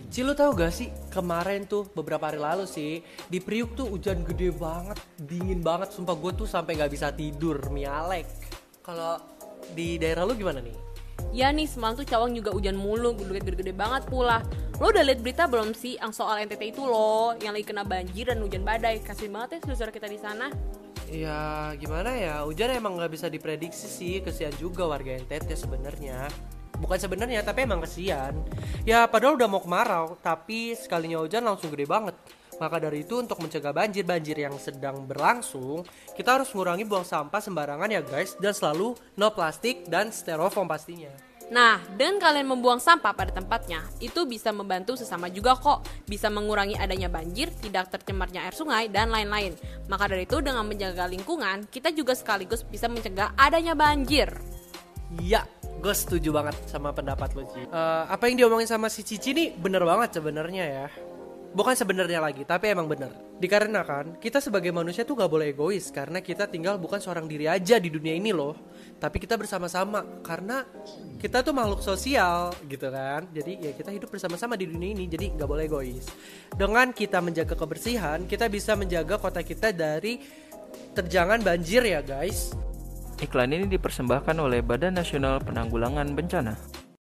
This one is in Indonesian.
Ci, lu tahu gak sih kemarin tuh beberapa hari lalu sih di Priuk tuh hujan gede banget, dingin banget, sumpah gue tuh sampai nggak bisa tidur, mialek. Kalau di daerah lu gimana nih? Ya nih semalam tuh Cawang juga hujan mulu, gede-gede banget pula. Lo udah liat berita belum sih yang soal NTT itu loh, yang lagi kena banjir dan hujan badai. Kasian banget ya saudara kita di sana. Ya gimana ya, hujan emang nggak bisa diprediksi sih, kesian juga warga NTT sebenarnya. Bukan sebenarnya, tapi emang kesian. Ya padahal udah mau kemarau, tapi sekalinya hujan langsung gede banget. Maka dari itu untuk mencegah banjir yang sedang berlangsung, kita harus mengurangi buang sampah sembarangan ya guys, dan selalu no plastik dan styrofoam pastinya. Nah, dengan kalian membuang sampah pada tempatnya, itu bisa membantu sesama juga kok. Bisa mengurangi adanya banjir, tidak tercemarnya air sungai, dan lain-lain. Maka dari itu dengan menjaga lingkungan, kita juga sekaligus bisa mencegah adanya banjir. Iya, gue setuju banget sama pendapat lo, Ci. Apa yang diomongin sama si Cici nih bener banget sebenarnya ya. Bukan sebenarnya lagi, tapi emang bener. Dikarenakan kita sebagai manusia tuh gak boleh egois, karena kita tinggal bukan seorang diri aja di dunia ini loh, tapi kita bersama-sama, karena kita tuh makhluk sosial gitu kan. Jadi ya kita hidup bersama-sama di dunia ini, jadi gak boleh egois. Dengan kita menjaga kebersihan, kita bisa menjaga kota kita dari terjangan banjir ya guys. Iklan ini dipersembahkan oleh Badan Nasional Penanggulangan Bencana.